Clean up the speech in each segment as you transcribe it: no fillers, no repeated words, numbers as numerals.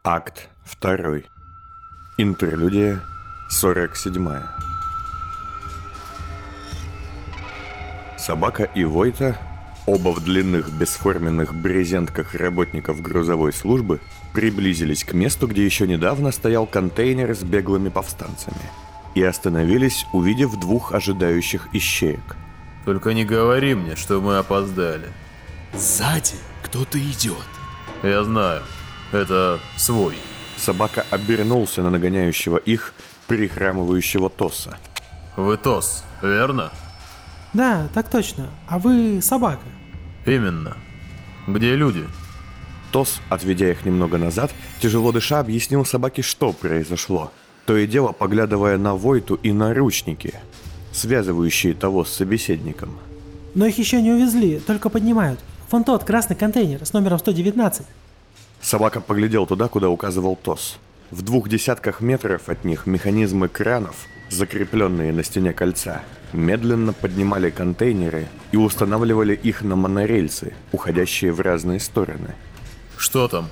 Акт 2. Интерлюдия 47. Собака и Войта, оба в длинных бесформенных брезентках работников грузовой службы, приблизились к месту, где еще недавно стоял контейнер с беглыми повстанцами, и остановились, увидев двух ожидающих ищеек. Только не говори мне, что мы опоздали. Сзади кто-то идет. Я знаю, это свой. Собака обернулся на нагоняющего их прихрамывающего Тоса. Вы Тос, верно? Да, так точно. А вы собака. Именно. Где люди? Тос, отведя их немного назад, тяжело дыша, объяснил собаке, что произошло, то и дело поглядывая на Войту и наручники, связывающие того с собеседником. Но их еще не увезли, только поднимают. Вон тот красный контейнер с номером 119. Собака поглядел туда, куда указывал Тос. В 200 метров от них механизмы кранов, закрепленные на стене кольца, медленно поднимали контейнеры и устанавливали их на монорельсы, уходящие в разные стороны. Что там?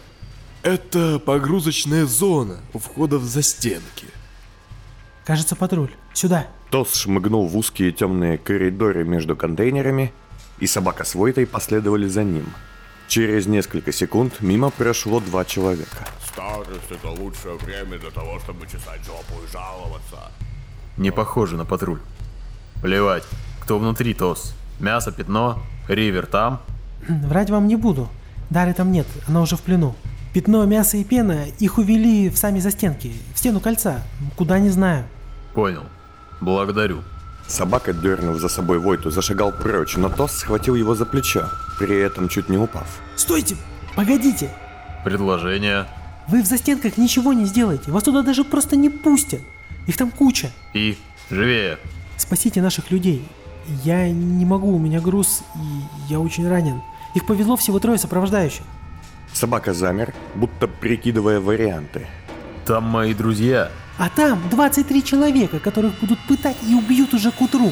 Это погрузочная зона у входа в застенки. Кажется, патруль. Сюда. Тос шмыгнул в узкие темные коридоры между контейнерами, и собака с Войтой последовали за ним. Через несколько секунд мимо прошло 2 человека. Старость — это лучшее время для того, чтобы чесать жопу и жаловаться. Не похоже на патруль. Плевать, кто внутри, Тос. Мясо, пятно, Ривер там. Врать вам не буду. Дары там нет, она уже в плену. Пятно, мясо и пена, их увели в сами застенки, в стену кольца. Куда не знаю. Понял. Благодарю. Собака, дернув за собой Войту, зашагал прочь, но Тос схватил его за плечо, при этом чуть не упав. Стойте! Погодите! Предложение. Вы в застенках ничего не сделаете, вас туда даже просто не пустят. Их там куча. И живее. Спасите наших людей. Я не могу, у меня груз, и я очень ранен. Их повезло всего 3 сопровождающих. Собака замер, будто прикидывая варианты. Там мои друзья. А там 23 человека, которых будут пытать и убьют уже к утру.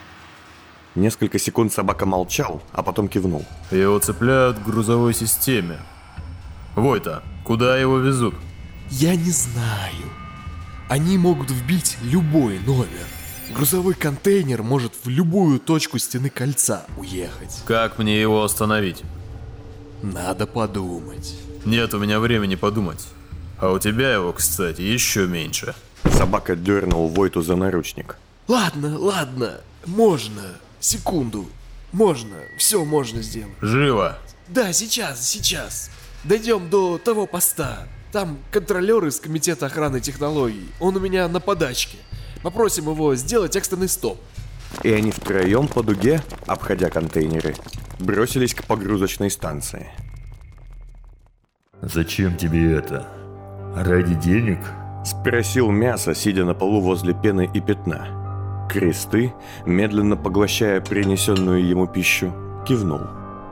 Несколько секунд собака молчал, а потом кивнул. Его цепляют к грузовой системе. Войта, куда его везут? Я не знаю. Они могут вбить любой номер. Грузовой контейнер может в любую точку стены кольца уехать. Как мне его остановить? Надо подумать. Нет у меня времени подумать. А у тебя его, кстати, еще меньше. Собака дернул Войту за наручник. Ладно, можно. Секунду. Можно, все можно сделать. Живо. Да, сейчас. Дойдем до того поста. Там контролер из комитета охраны технологий. Он у меня на подачке. Попросим его сделать экстренный стоп. И они втроем по дуге, обходя контейнеры, бросились к погрузочной станции. «Зачем тебе это? Ради денег?» Спросил Мясо, сидя на полу возле пены и пятна. Кресты, медленно поглощая принесенную ему пищу, кивнул.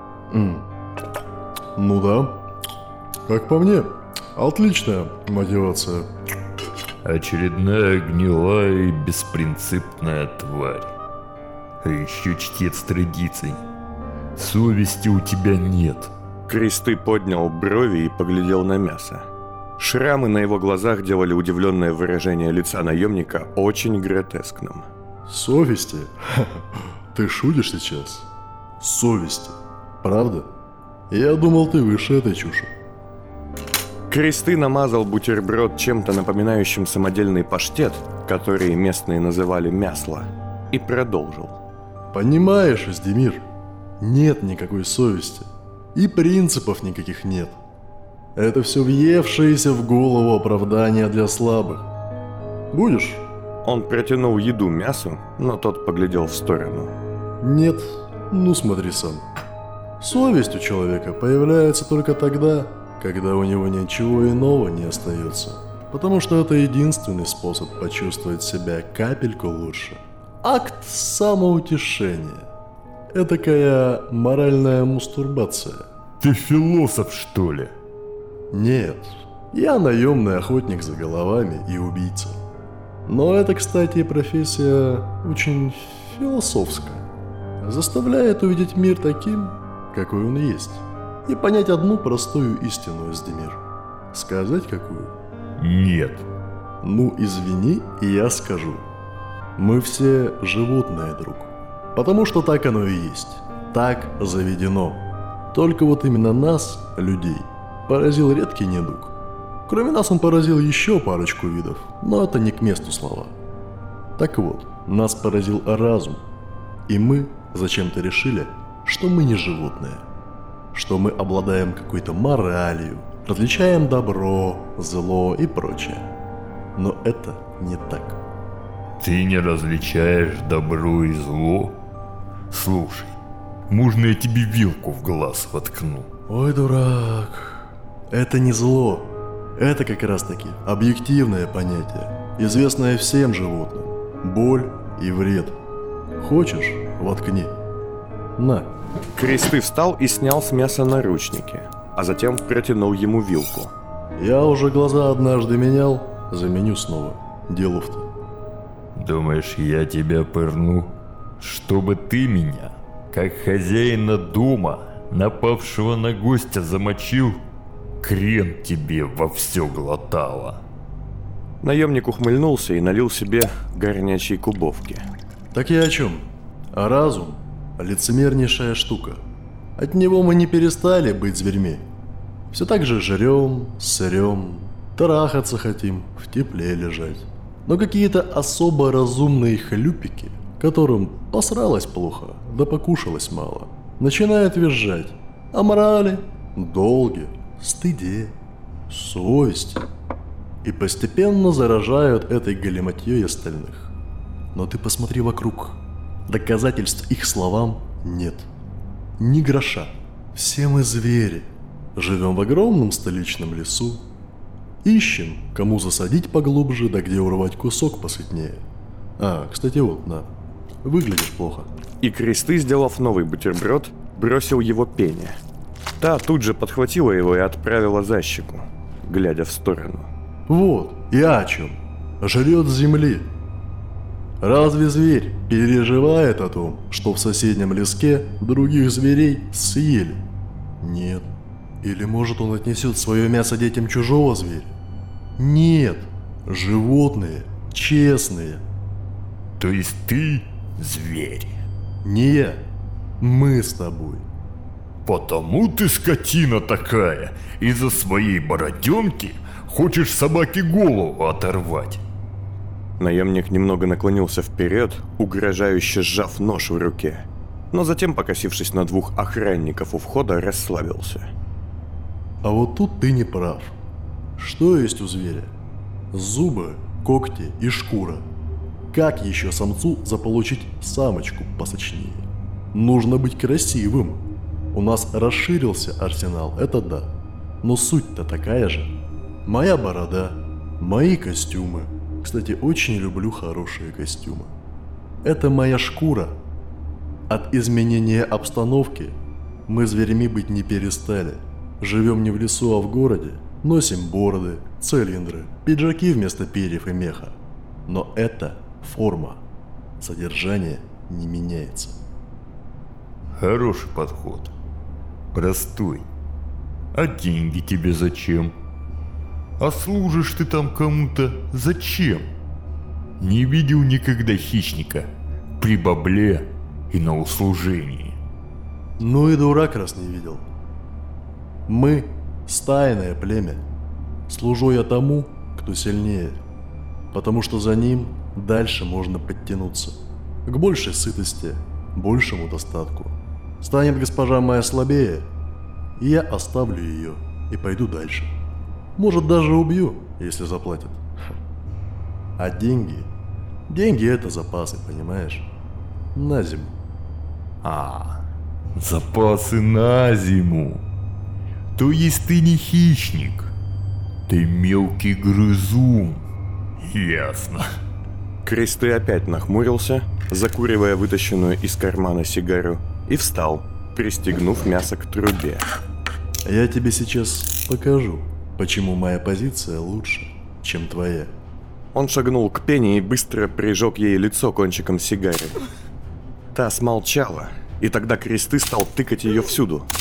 Ну да. Как по мне, отличная мотивация. Очередная гнилая и беспринципная тварь. А еще чтец традиций. Совести у тебя нет. Кресты поднял брови и поглядел на Мясо. Шрамы на его глазах делали удивленное выражение лица наемника очень гротескным. Совести? Ты шутишь сейчас? Совести. Правда? Я думал, ты выше этой чуши. Кресты намазал бутерброд чем-то напоминающим самодельный паштет, который местные называли мясло, и продолжил. Понимаешь, Эздемир, нет никакой совести. И принципов никаких нет. Это все въевшееся в голову оправдания для слабых. Будешь? Он протянул еду Мясу, но тот поглядел в сторону. Нет, ну смотри сам. Совесть у человека появляется только тогда, когда у него ничего иного не остается. Потому что это единственный способ почувствовать себя капельку лучше. Акт самоутешения. Этакая моральная мастурбация. Ты философ, что ли? Нет, я наемный охотник за головами и убийца. Но это, кстати, профессия очень философская. Заставляет увидеть мир таким, какой он есть. И понять одну простую истину, Эздемир. Сказать какую? Нет. Ну, извини, и я скажу. Мы все животные, друг. Потому что так оно и есть. Так заведено. Только вот именно нас, людей, поразил редкий недуг. Кроме нас он поразил еще парочку видов, но это не к месту слова. Так вот, нас поразил разум. И мы зачем-то решили, что мы не животные. Что мы обладаем какой-то моралью, различаем добро, зло и прочее. Но это не так. Ты не различаешь добро и зло? Слушай, можно я тебе вилку в глаз воткну? Ой, дурак. Это не зло. Это как раз таки объективное понятие, известное всем животным. Боль и вред. Хочешь, воткни. На. Кресты встал и снял с мяса наручники, а затем протянул ему вилку. Я уже глаза однажды менял, заменю снова. Делов-то. Думаешь, я тебя пырну? Чтобы ты меня, как хозяина дома, напавшего на гостя, замочил? Крен тебе во все глотало. Наемник ухмыльнулся и налил себе горячей кубовки. Так я о чем? А разум – лицемернейшая штука. От него мы не перестали быть зверьми. Все так же жрем, сырем, трахаться хотим, в тепле лежать. Но какие-то особо разумные хлюпики, которым посралось плохо, да покушалось мало, начинают визжать о морали, долге, стыде, совести. И постепенно заражают этой галиматьей остальных. Но ты посмотри вокруг. Доказательств их словам нет. Ни гроша. Все мы звери. Живем в огромном столичном лесу. Ищем, кому засадить поглубже, да где урвать кусок посытнее. А, кстати, вот, на. Выглядишь плохо. И Кресты, сделав новый бутерброд, бросил его Пене. Та тут же подхватила его и отправила за щеку, глядя в сторону. Вот, я о чем. Жрет с земли. Разве зверь переживает о том, что в соседнем леске других зверей съели? Нет. Или может он отнесет свое мясо детям чужого зверя? Нет. Животные, честные. То есть ты зверь? Не я. Мы с тобой. Потому ты скотина такая, из-за своей бороденки хочешь собаке голову оторвать. Наемник немного наклонился вперед, угрожающе сжав нож в руке, но затем, покосившись на двух охранников у входа, расслабился. А вот тут ты не прав. Что есть у зверя? Зубы, когти и шкура. Как еще самцу заполучить самочку посочнее? Нужно быть красивым. У нас расширился арсенал, это да. Но суть-то такая же. Моя борода, мои костюмы. Кстати, очень люблю хорошие костюмы. Это моя шкура. От изменения обстановки мы зверями быть не перестали. Живем не в лесу, а в городе. Носим бороды, цилиндры, пиджаки вместо перьев и меха. Но это форма. Содержание не меняется. Хороший подход. Простой. А деньги тебе зачем? А служишь ты там кому-то зачем? Не видел никогда хищника при бабле и на услужении. Ну и дурак, раз не видел. Мы стайное племя. Служу я тому, кто сильнее. Потому что за ним дальше можно подтянуться. К большей сытости, большему достатку. Станет госпожа моя слабее, и я оставлю ее и пойду дальше. Может, даже убью, если заплатят. А деньги? Деньги – это запасы, понимаешь? На зиму. Запасы на зиму. То есть ты не хищник. Ты мелкий грызун. Ясно. Кресты опять нахмурился, закуривая вытащенную из кармана сигару, и встал, пристегнув мясо к трубе. Я тебе сейчас покажу, почему моя позиция лучше, чем твоя. Он шагнул к Пене и быстро прижег ей лицо кончиком сигары. Та смолчала, и тогда Кресты стал тыкать ее всюду.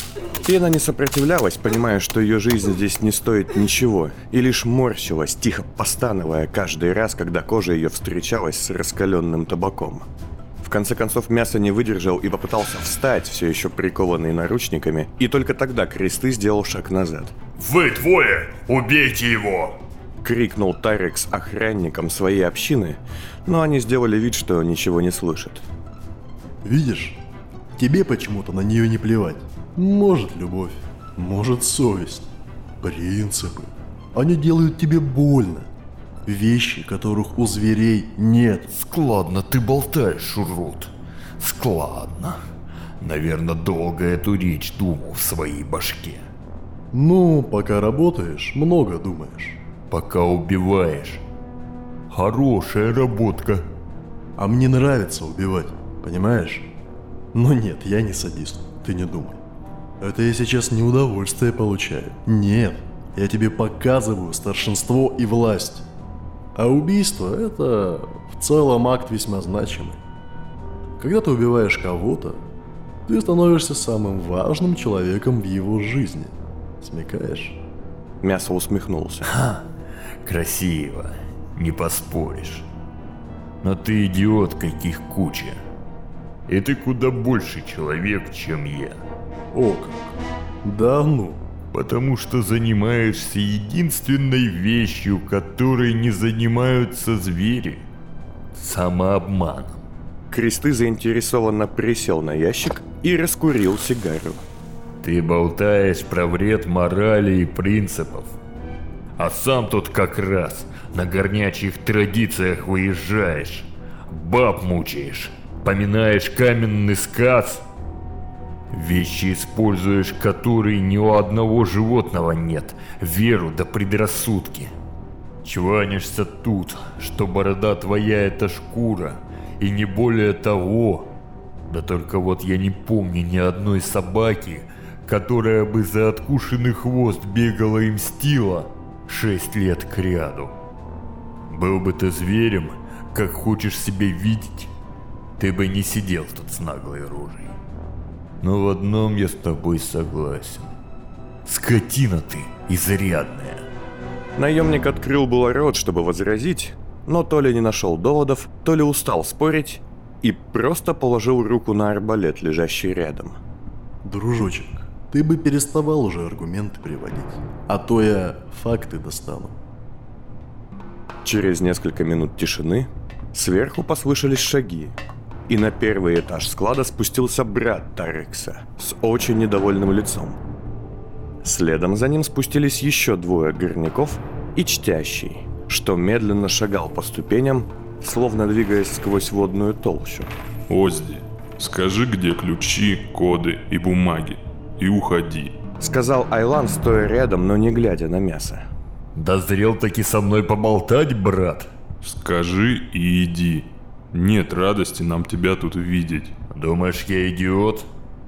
Пена не сопротивлялась, понимая, что ее жизнь здесь не стоит ничего, и лишь морщилась, тихо постановая каждый раз, когда кожа ее встречалась с раскаленным табаком. В конце концов, Мясо не выдержал и попытался встать, все еще прикованный наручниками, и только тогда Кресты сделал шаг назад. «Вы двое! Убейте его!» — крикнул Тарик с охранником своей общины, но они сделали вид, что ничего не слышат. Видишь, тебе почему-то на нее не плевать. Может любовь, может совесть, принципы. Они делают тебе больно. Вещи, которых у зверей нет. Складно ты болтаешь, урод. Складно. Наверное, долго эту речь думал в своей башке. Ну, пока работаешь, много думаешь. Пока убиваешь. Хорошая работка. А мне нравится убивать, понимаешь? Но нет, я не садист, ты не думай. Это я сейчас не удовольствие получаю. Нет, я тебе показываю старшинство и власть. А убийство – это в целом акт весьма значимый. Когда ты убиваешь кого-то, ты становишься самым важным человеком в его жизни. Смекаешь? Мясо усмехнулся. Ха, красиво, не поспоришь. Но ты идиот, каких куча. И ты куда больше человек, чем я. О как. Да ну. Потому что занимаешься единственной вещью, которой не занимаются звери. Самообманом. Кресты заинтересованно присел на ящик и раскурил сигару. Ты болтаешь про вред морали и принципов. А сам тут как раз на горнячих традициях выезжаешь. Баб мучаешь. Поминаешь каменный сказ. Вещи используешь, которые ни у одного животного нет. Веру да предрассудки. Чванишься тут, что борода твоя это шкура. И не более того. Да только вот я не помню ни одной собаки, которая бы за откушенный хвост бегала и мстила 6 лет кряду. Был бы ты зверем, как хочешь себя видеть, ты бы не сидел тут с наглой рожей. Но в одном я с тобой согласен. Скотина ты изрядная. Наемник открыл было рот, чтобы возразить, но то ли не нашел доводов, то ли устал спорить и просто положил руку на арбалет, лежащий рядом. Дружочек, ты бы переставал уже аргументы приводить, а то я факты достану. Через несколько минут тишины сверху послышались шаги, и на первый этаж склада спустился брат Тарикса с очень недовольным лицом. Следом за ним спустились еще двое горняков и чтящий, что медленно шагал по ступеням, словно двигаясь сквозь водную толщу. «Озди, скажи, где ключи, коды и бумаги, и уходи», — сказал Айлан, стоя рядом, но не глядя на Мясо. Дозрел таки со мной поболтать, брат? «Скажи и иди. Нет радости нам тебя тут видеть». Думаешь, я идиот?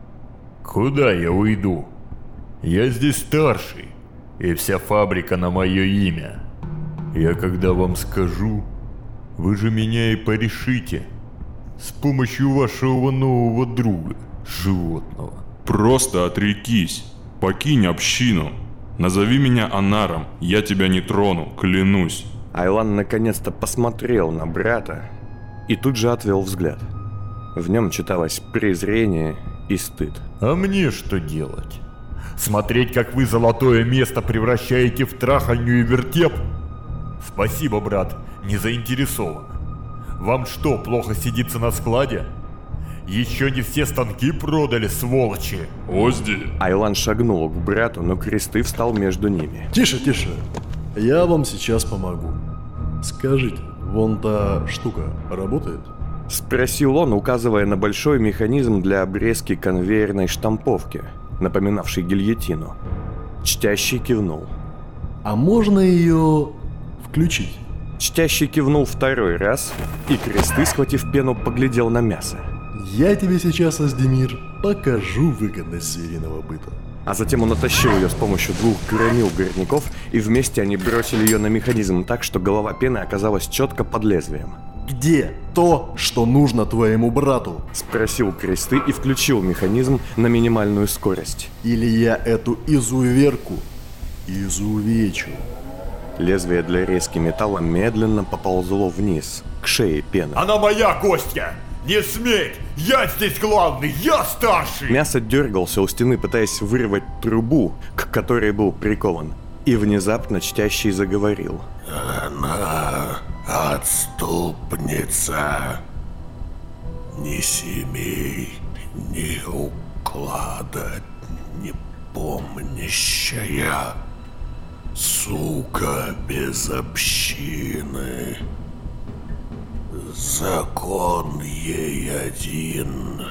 Куда я уйду? Я здесь старший, и вся фабрика на мое имя. Я когда вам скажу, вы же меня и порешите. С помощью вашего нового друга, животного. «Просто отрекись. Покинь общину. Назови меня Анаром, я тебя не трону, клянусь». Айлан наконец-то посмотрел на брата и тут же отвел взгляд. В нем читалось презрение и стыд. А мне что делать? Смотреть, как вы золотое место превращаете в трахальню и вертеп? Спасибо, брат, не заинтересован. Вам что, плохо сидится на складе? Еще не все станки продали, сволочи. «Озди!» Айлан шагнул к брату, но Кресты встал между ними. Тише, тише. Я вам сейчас помогу. Скажите, вон та штука работает? Спросил он, указывая на большой механизм для обрезки конвейерной штамповки, напоминавший гильотину. Чтящий кивнул. А можно ее включить? Чтящий кивнул второй раз, и Кресты, схватив пену, поглядел на Мясо. Я тебе сейчас, Аздемир, покажу выгодность звериного быта. А затем он оттащил ее с помощью 2 громил горняков, и вместе они бросили ее на механизм так, что голова пены оказалась четко под лезвием. Где то, что нужно твоему брату? Спросил Кресты и включил механизм на минимальную скорость. Или я эту изуверку изувечу. Лезвие для резки металла медленно поползло вниз, к шее Пены. Она моя гостья! Не сметь! Я здесь главный! Я старший! Мясо дергался у стены, пытаясь вырвать трубу, к которой был прикован. И внезапно Чтящий заговорил. Она отступница. Ни семей, ни уклада, не помнящая. Сука без общины. Закон ей один.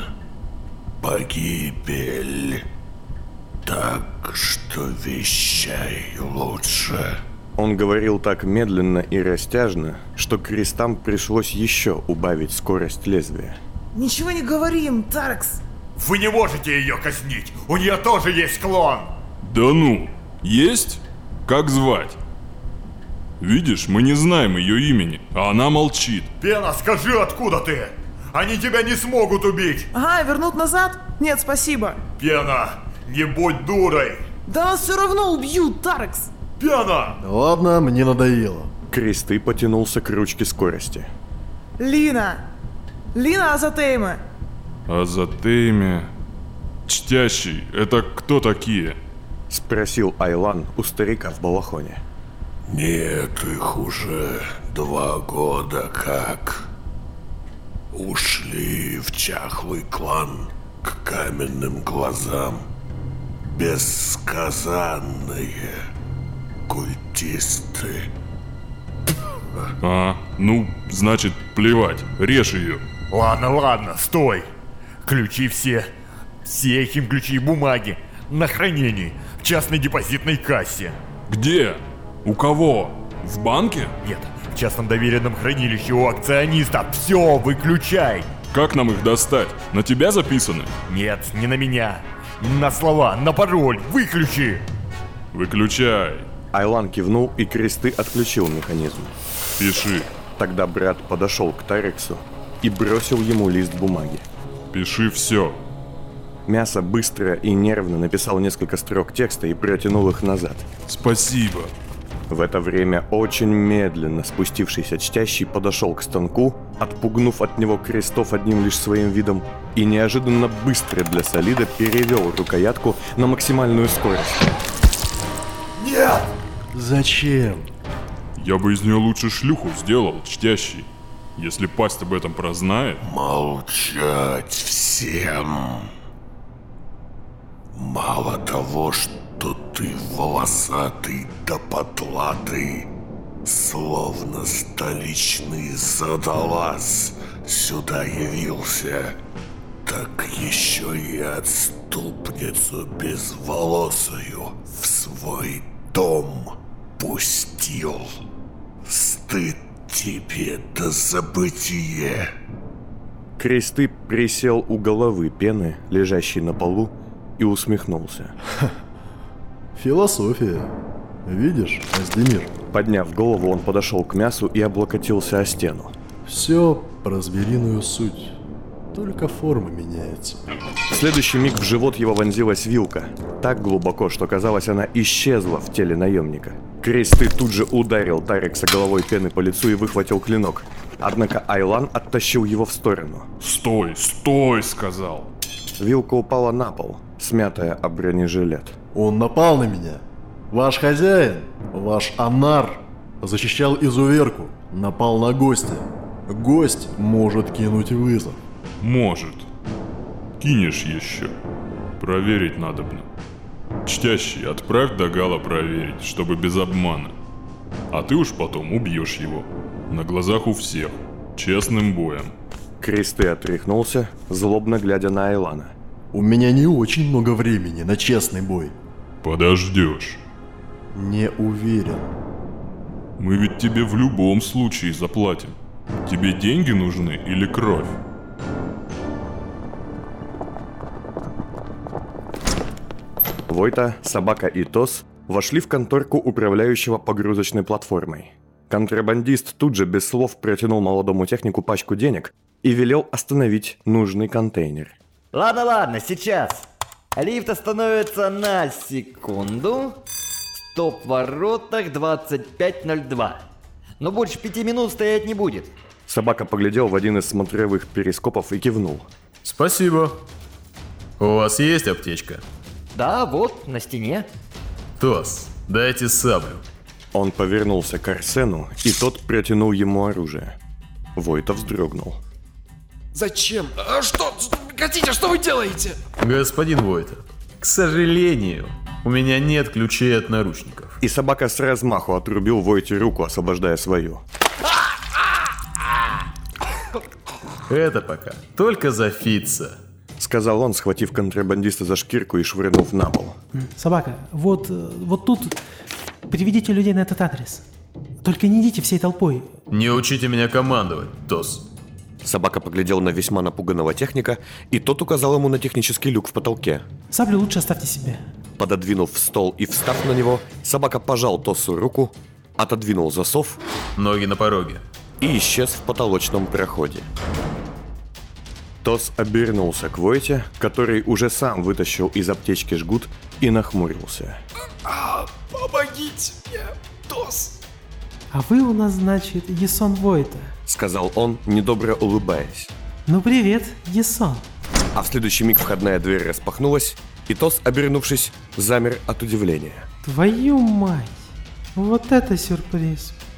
Погибель. Так что вещай лучше. Он говорил так медленно и растяжно, что крестам пришлось еще убавить скорость лезвия. Ничего не говорим, Тарекс. Вы не можете ее казнить! У нее тоже есть клон! Да ну, есть? Как звать? Видишь, мы не знаем ее имени, а она молчит. Пена, скажи, откуда ты? Они тебя не смогут убить! Ага, вернут назад? Нет, спасибо. Пена, не будь дурой! Да нас все равно убьют, Тарекс. Пена! Ладно, мне надоело. Кресты потянулся к ручке скорости. Лина! Лина Азатейма! Азатейме... Чтящий, это кто такие? Спросил Айлан у старика в балахоне. Нет, их уже 2 года как. Ушли в чахлый клан к каменным глазам. Бессказанные культисты. А, ну, значит, плевать, режь ее. Ладно, ладно, стой! Ключи все. Все их им ключи и бумаги. На хранении. В частной депозитной кассе. Где? У кого? В банке? Нет, в частном доверенном хранилище у акциониста. Все, выключай! Как нам их достать? На тебя записаны? Нет, не на меня. На слова, на пароль. Выключи! Выключай. Айлан кивнул, и Кресты отключил механизм. Пиши. Тогда брат подошел к Тарексу и бросил ему лист бумаги. Пиши все. Мясо быстро и нервно написал несколько строк текста и протянул их назад. Спасибо. В это время очень медленно спустившийся Чтящий подошел к станку, отпугнув от него крестов одним лишь своим видом, и неожиданно быстро для солида перевел рукоятку на максимальную скорость. Нет! Зачем? Я бы из нее лучше шлюху сделал, Чтящий. Если пасть об этом прознает... Молчать всем. Мало того, что ты волосатый да потлатый, словно столичный задалаз сюда явился, так еще и отступницу безволосую в свой дом пустил. Стыд тебе до забытие. Кресты присел у головы Пены, лежащей на полу, и усмехнулся. Философия. Видишь, Аздемир? Подняв голову, он подошел к мясу и облокотился о стену. Все про звериную суть. Только форма меняется. В следующий миг в живот его вонзилась вилка. Так глубоко, что казалось, она исчезла в теле наемника. Кресты тут же ударил Тарекса головой Пены по лицу и выхватил клинок. Однако Айлан оттащил его в сторону. Стой, стой, сказал. Вилка упала на пол, смятая об бронежилет. Он напал на меня. Ваш хозяин, ваш Анар, защищал изуверку, напал на гостя. Гость может кинуть вызов. Может. Кинешь еще. Проверить надобно. Чтящий, отправь Дагала проверить, чтобы без обмана. А ты уж потом убьешь его. На глазах у всех. Честным боем. Кресты отряхнулся, злобно глядя на Айлана. У меня не очень много времени на честный бой. Подождешь. Не уверен. Мы ведь тебе в любом случае заплатим. Тебе деньги нужны или кровь? Войта, Собака и Тос вошли в конторку управляющего погрузочной платформой. Контрабандист тут же без слов протянул молодому технику пачку денег и велел остановить нужный контейнер. Ладно, сейчас. Лифт остановится на секунду. Стоп в воротах 25:02. Но больше 5 минут стоять не будет. Собака поглядел в один из смотровых перископов и кивнул. Спасибо. У вас есть аптечка? Да, вот, на стене. Тос, дайте саблю. Он повернулся к Арсену, и тот протянул ему оружие. Войта вздрогнул. Зачем? А что? Хотите, что вы делаете? Господин Войта, к сожалению, у меня нет ключей от наручников. И собака с размаху отрубил Войте руку, освобождая свою. Это пока только за Фитца, сказал он, схватив контрабандиста за шкирку и швырнув на пол. Собака, вот тут приведите людей на этот адрес. Только не идите всей толпой. Не учите меня командовать, Тос. Собака поглядел на весьма напуганного техника, и тот указал ему на технический люк в потолке. Саблю лучше оставьте себе. Пододвинув стол и встав на него, собака пожал Тосу руку, отодвинул засов, ноги на пороге, и исчез в потолочном проходе. Тос обернулся к Войте, который уже сам вытащил из аптечки жгут и нахмурился. Помогите мне, Тос. А вы у нас, значит, Ясон Войта, сказал он, недобро улыбаясь. Ну привет, Ясон. А в следующий миг входная дверь распахнулась, и Тос, обернувшись, замер от удивления. Твою мать, вот это сюрприз.